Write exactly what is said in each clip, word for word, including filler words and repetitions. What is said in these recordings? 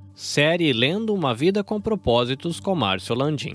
Série Lendo uma Vida com Propósitos com Márcio Landim.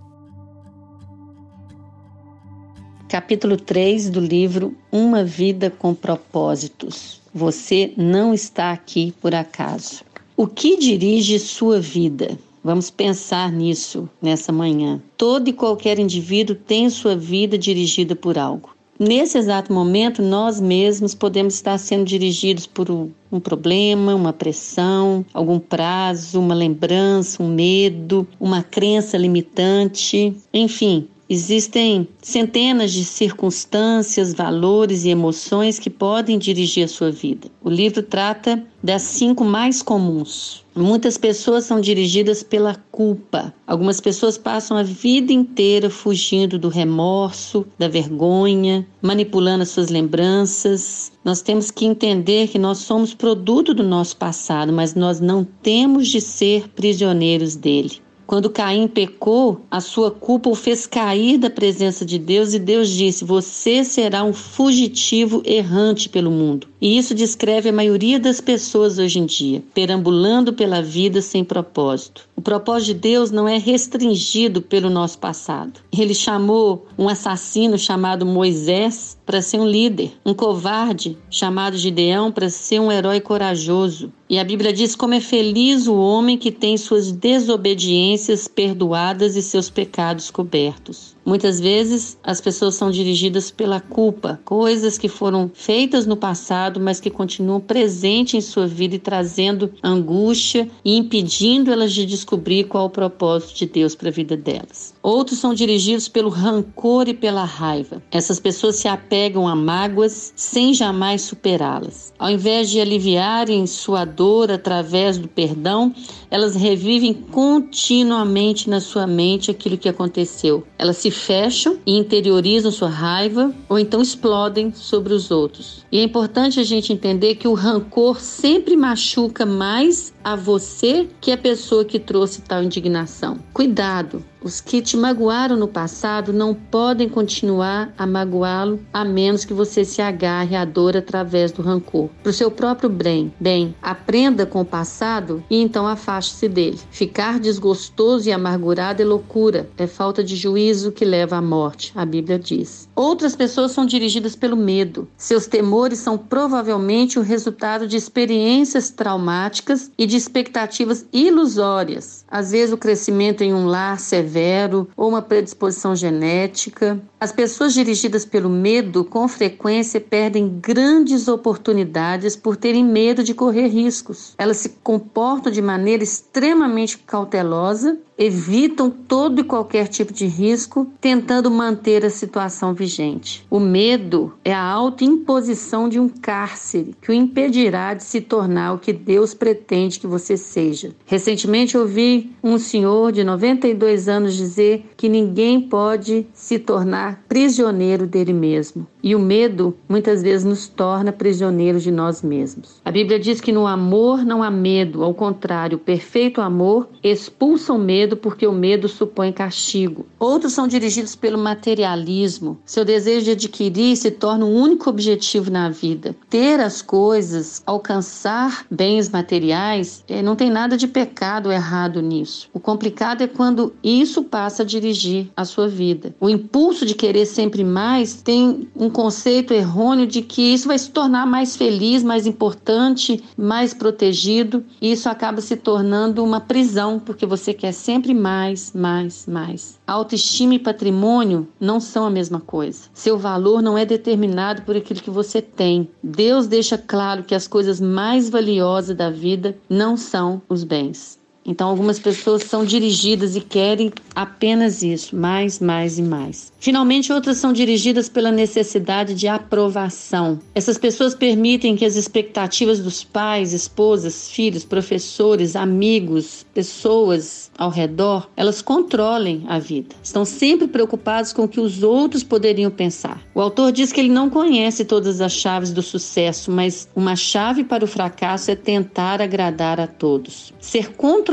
Capítulo três do livro Uma Vida com Propósitos. Você não está aqui por acaso. O que dirige sua vida? Vamos pensar nisso nessa manhã. Todo e qualquer indivíduo tem sua vida dirigida por algo. Nesse exato momento, nós mesmos podemos estar sendo dirigidos por um problema, uma pressão, algum prazo, uma lembrança, um medo, uma crença limitante, enfim. Existem centenas de circunstâncias, valores e emoções que podem dirigir a sua vida. O livro trata das cinco mais comuns. Muitas pessoas são dirigidas pela culpa. Algumas pessoas passam a vida inteira fugindo do remorso, da vergonha, manipulando as suas lembranças. Nós temos que entender que nós somos produto do nosso passado, mas nós não temos de ser prisioneiros dele. Quando Caim pecou, a sua culpa o fez cair da presença de Deus e Deus disse: você será um fugitivo errante pelo mundo. E isso descreve a maioria das pessoas hoje em dia, perambulando pela vida sem propósito. O propósito de Deus não é restringido pelo nosso passado. Ele chamou um assassino chamado Moisés para ser um líder, um covarde chamado Gideão para ser um herói corajoso. E a Bíblia diz como é feliz o homem que tem suas desobediências perdoadas e seus pecados cobertos. Muitas vezes as pessoas são dirigidas pela culpa, coisas que foram feitas no passado, mas que continuam presentes em sua vida e trazendo angústia e impedindo elas de descobrir qual é o propósito de Deus para a vida delas. Outros são dirigidos pelo rancor e pela raiva. Essas pessoas se apegam a mágoas sem jamais superá-las. Ao invés de aliviarem sua dor através do perdão, elas revivem continuamente na sua mente aquilo que aconteceu. Elas se fecham e interiorizam sua raiva ou então explodem sobre os outros. E é importante a gente entender que o rancor sempre machuca mais a você que a pessoa que trouxe tal indignação. Cuidado! Os que te magoaram no passado não podem continuar a magoá-lo a menos que você se agarre à dor através do rancor. Para o seu próprio bem, bem, aprenda com o passado e então afaste-se dele. Ficar desgostoso e amargurado é loucura, é falta de juízo que leva à morte, a Bíblia diz. Outras pessoas são dirigidas pelo medo. Seus temores são provavelmente o resultado de experiências traumáticas e de expectativas ilusórias. Às vezes o crescimento em um lar severo ou uma predisposição genética. As pessoas dirigidas pelo medo, com frequência, perdem grandes oportunidades por terem medo de correr riscos. Elas se comportam de maneira extremamente cautelosa, evitam todo e qualquer tipo de risco, tentando manter a situação vigente. O medo é a autoimposição de um cárcere que o impedirá de se tornar o que Deus pretende que você seja. Recentemente ouvi um senhor de noventa e dois anos dizer que ninguém pode se tornar prisioneiro dele mesmo. E o medo muitas vezes nos torna prisioneiros de nós mesmos. A Bíblia diz que no amor não há medo, ao contrário, o perfeito amor expulsa o medo porque o medo supõe castigo. Outros são dirigidos pelo materialismo. Seu desejo de adquirir se torna o único objetivo na vida. Ter as coisas, alcançar bens materiais, não tem nada de pecado errado nisso. O complicado é quando isso passa a dirigir a sua vida. O impulso de querer sempre mais tem um conceito errôneo de que isso vai se tornar mais feliz, mais importante, mais protegido, e isso acaba se tornando uma prisão, porque você quer sempre mais, mais, mais. Autoestima e patrimônio não são a mesma coisa. Seu valor não é determinado por aquilo que você tem. Deus deixa claro que as coisas mais valiosas da vida não são os bens. Então, algumas pessoas são dirigidas e querem apenas isso, mais, mais e mais. Finalmente, outras são dirigidas pela necessidade de aprovação. Essas pessoas permitem que as expectativas dos pais, esposas, filhos, professores, amigos, pessoas ao redor, elas controlem a vida. Estão sempre preocupados com o que os outros poderiam pensar. O autor diz que ele não conhece todas as chaves do sucesso, mas uma chave para o fracasso é tentar agradar a todos. Ser controlado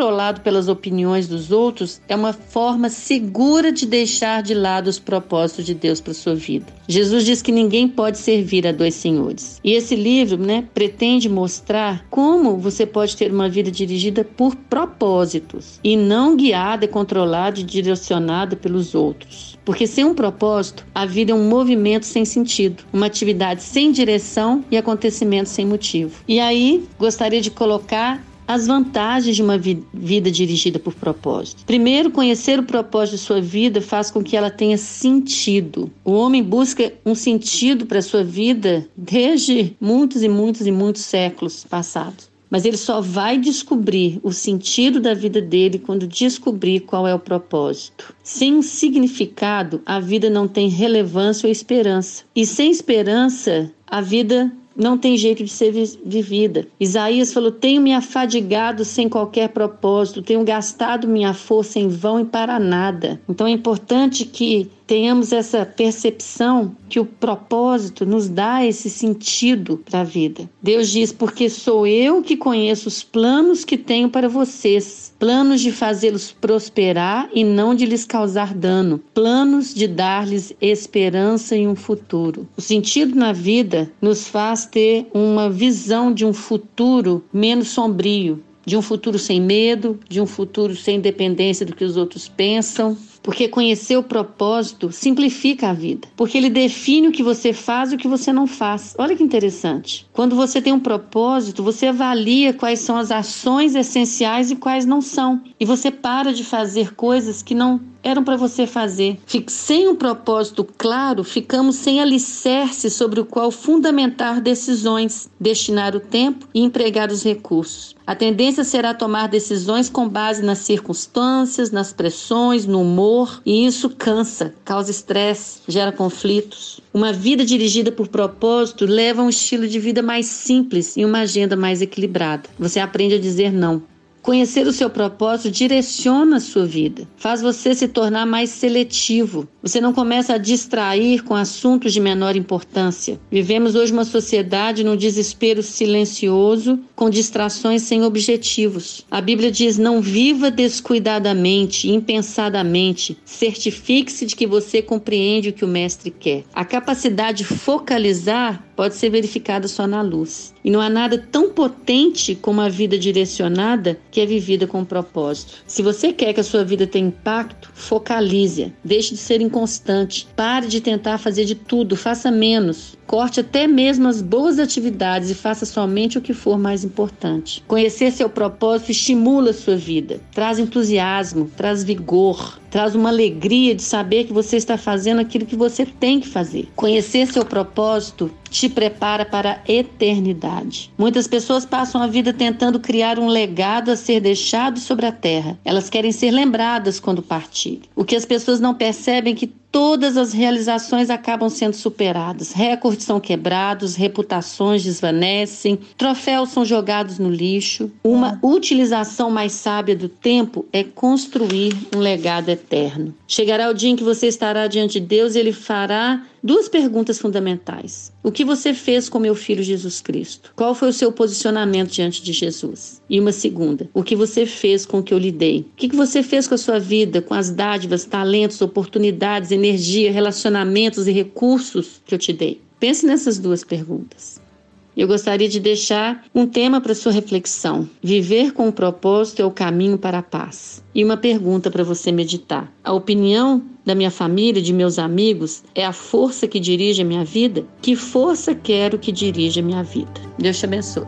controlado pelas opiniões dos outros é uma forma segura de deixar de lado os propósitos de Deus para sua vida. Jesus diz que ninguém pode servir a dois senhores. E esse livro, né, pretende mostrar como você pode ter uma vida dirigida por propósitos e não guiada, controlada e direcionada pelos outros. Porque sem um propósito, a vida é um movimento sem sentido, uma atividade sem direção e acontecimento sem motivo. E aí, gostaria de colocar as vantagens de uma vi- vida dirigida por propósito. Primeiro, conhecer o propósito de sua vida faz com que ela tenha sentido. O homem busca um sentido para a sua vida desde muitos e muitos e muitos séculos passados. Mas ele só vai descobrir o sentido da vida dele quando descobrir qual é o propósito. Sem um significado, a vida não tem relevância ou esperança. E sem esperança, a vida não tem jeito de ser vivida. Isaías falou: tenho me afadigado sem qualquer propósito, tenho gastado minha força em vão e para nada. Então é importante que tenhamos essa percepção que o propósito nos dá esse sentido para a vida. Deus diz: porque sou eu que conheço os planos que tenho para vocês, planos de fazê-los prosperar e não de lhes causar dano, planos de dar-lhes esperança e um futuro. O sentido na vida nos faz ter uma visão de um futuro menos sombrio, de um futuro sem medo, de um futuro sem dependência do que os outros pensam. Porque conhecer o propósito simplifica a vida. Porque ele define o que você faz e o que você não faz. Olha que interessante. Quando você tem um propósito, você avalia quais são as ações essenciais e quais não são. E você para de fazer coisas que não eram para você fazer. Sem um propósito claro, ficamos sem alicerce sobre o qual fundamentar decisões, destinar o tempo e empregar os recursos. A tendência será tomar decisões com base nas circunstâncias, nas pressões, no humor, e isso cansa, causa estresse, gera conflitos. Uma vida dirigida por propósito leva a um estilo de vida mais simples e uma agenda mais equilibrada. Você aprende a dizer não. Conhecer o seu propósito direciona a sua vida, faz você se tornar mais seletivo. Você não começa a distrair com assuntos de menor importância. Vivemos hoje uma sociedade num desespero silencioso, com distrações sem objetivos. A Bíblia diz: não viva descuidadamente, impensadamente. Certifique-se de que você compreende o que o mestre quer. A capacidade de focalizar pode ser verificada só na luz. E não há nada tão potente como a vida direcionada, que é vivida com propósito. Se você quer que a sua vida tenha impacto, focalize-a. Deixe de ser inconstante. Pare de tentar fazer de tudo, faça menos. Corte até mesmo as boas atividades e faça somente o que for mais importante. Conhecer seu propósito estimula a sua vida. Traz entusiasmo, traz vigor, traz uma alegria de saber que você está fazendo aquilo que você tem que fazer. Conhecer seu propósito te prepara para a eternidade. Muitas pessoas passam a vida tentando criar um legado a ser deixado sobre a terra. Elas querem ser lembradas quando partirem. O que as pessoas não percebem é que todas as realizações acabam sendo superadas. Recordes são quebrados, reputações desvanecem, troféus são jogados no lixo. Uma utilização mais sábia do tempo é construir um legado eterno. Chegará o dia em que você estará diante de Deus e Ele fará duas perguntas fundamentais. O que você fez com meu filho Jesus Cristo? Qual foi o seu posicionamento diante de Jesus? E uma segunda, o que você fez com o que eu lhe dei? O que você fez com a sua vida, com as dádivas, talentos, oportunidades, energia, relacionamentos e recursos que eu te dei? Pense nessas duas perguntas. Eu gostaria de deixar um tema para sua reflexão. Viver com o propósito é o caminho para a paz. E uma pergunta para você meditar. A opinião da minha família, de meus amigos, é a força que dirige a minha vida? Que força quero que dirija a minha vida? Deus te abençoe.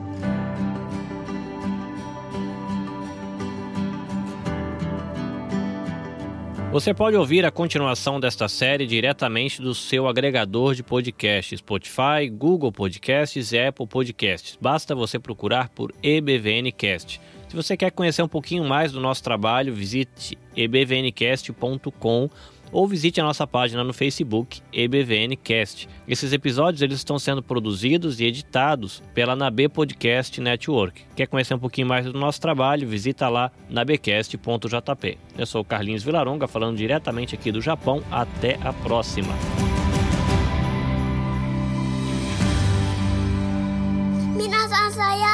Você pode ouvir a continuação desta série diretamente do seu agregador de podcasts, Spotify, Google Podcasts e Apple Podcasts. Basta você procurar por E B V N Cast. Se você quer conhecer um pouquinho mais do nosso trabalho, visite e b v n cast ponto com ou visite a nossa página no Facebook, E B V N Cast. Esses episódios eles estão sendo produzidos e editados pela Nabê Podcast Network. Quer conhecer um pouquinho mais do nosso trabalho? Visita lá nabecast ponto j p. Eu sou o Carlinhos Vilaronga, falando diretamente aqui do Japão. Até a próxima! 皆さんさよ